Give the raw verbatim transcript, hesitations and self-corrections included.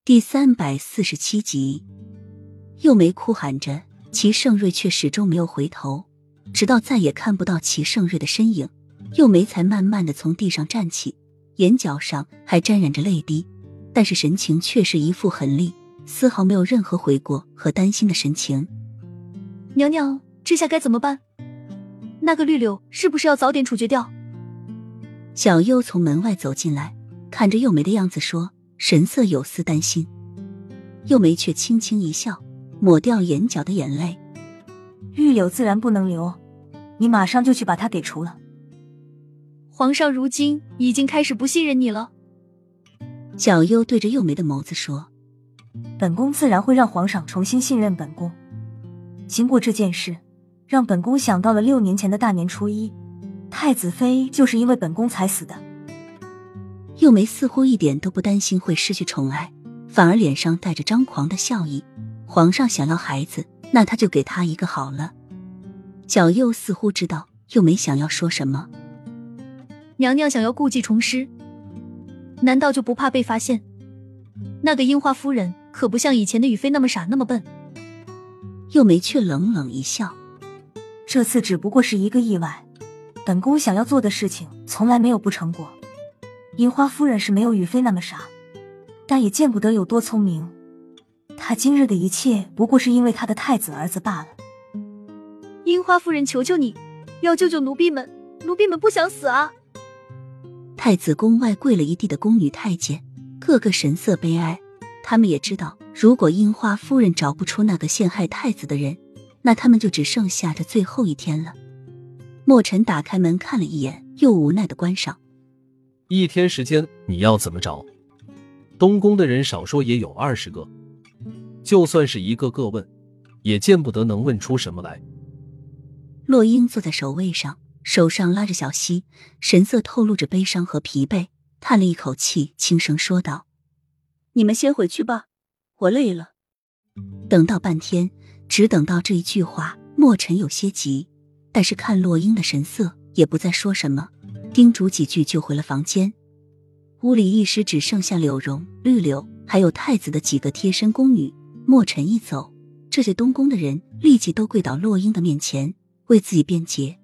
第三百四十七集，幼梅哭喊着，齐盛瑞却始终没有回头，直到再也看不到齐盛瑞的身影，幼梅才慢慢地从地上站起，眼角上还沾染着泪滴，但是神情却是一副狠厉，丝毫没有任何悔过和担心的神情。 娘娘，这下该怎么办？那个绿柳是不是要早点处决掉？ 小优从门外走进来，看着幼梅的样子说，神色有丝担心。幼梅却轻轻一笑，抹掉眼角的眼泪。 绿柳自然不能留，你马上就去把她给除了。 皇上如今已经开始不信任你了。 小优对着幼梅的眸子说， 本宫自然会让皇上重新信任本宫。经过这件事，让本宫想到了六年前的大年初一，太子妃就是因为本宫才死的。 幼梅似乎一点都不担心会失去宠爱，反而脸上带着张狂的笑意。皇上想要孩子，那他就给他一个好了。小幼似乎知道幼梅想要说什么。 娘娘想要故技重施，难道就不怕被发现？那个樱花夫人可不像以前的雨妃那么傻那么笨。 幼梅却冷冷一笑， 这次只不过是一个意外，本宫想要做的事情从来没有不成过。樱花夫人是没有雨妃那么傻，但也见不得有多聪明。她今日的一切不过是因为她的太子儿子罢了。 樱花夫人，求求你，要救救奴婢们，奴婢们不想死啊！ 太子宫外跪了一地的宫女太监，个个神色悲哀。他们也知道，如果樱花夫人找不出那个陷害太子的人，那他们就只剩下这最后一天了。墨尘打开门看了一眼，又无奈地关上。 一天时间你要怎么找？东宫的人少说也有二十个，就算是一个个问，也见不得能问出什么来。 洛英坐在首位上，手上拉着小溪，神色透露着悲伤和疲惫，叹了一口气，轻声说道：你们先回去吧，我累了。等到半天，只等到这一句话，墨尘有些急，但是看洛英的神色，也不再说什么，叮嘱几句就回了房间。屋里一时只剩下柳荣、绿柳还有太子的几个贴身宫女。墨尘一走，这些东宫的人立即都跪到洛英的面前，为自己辩解。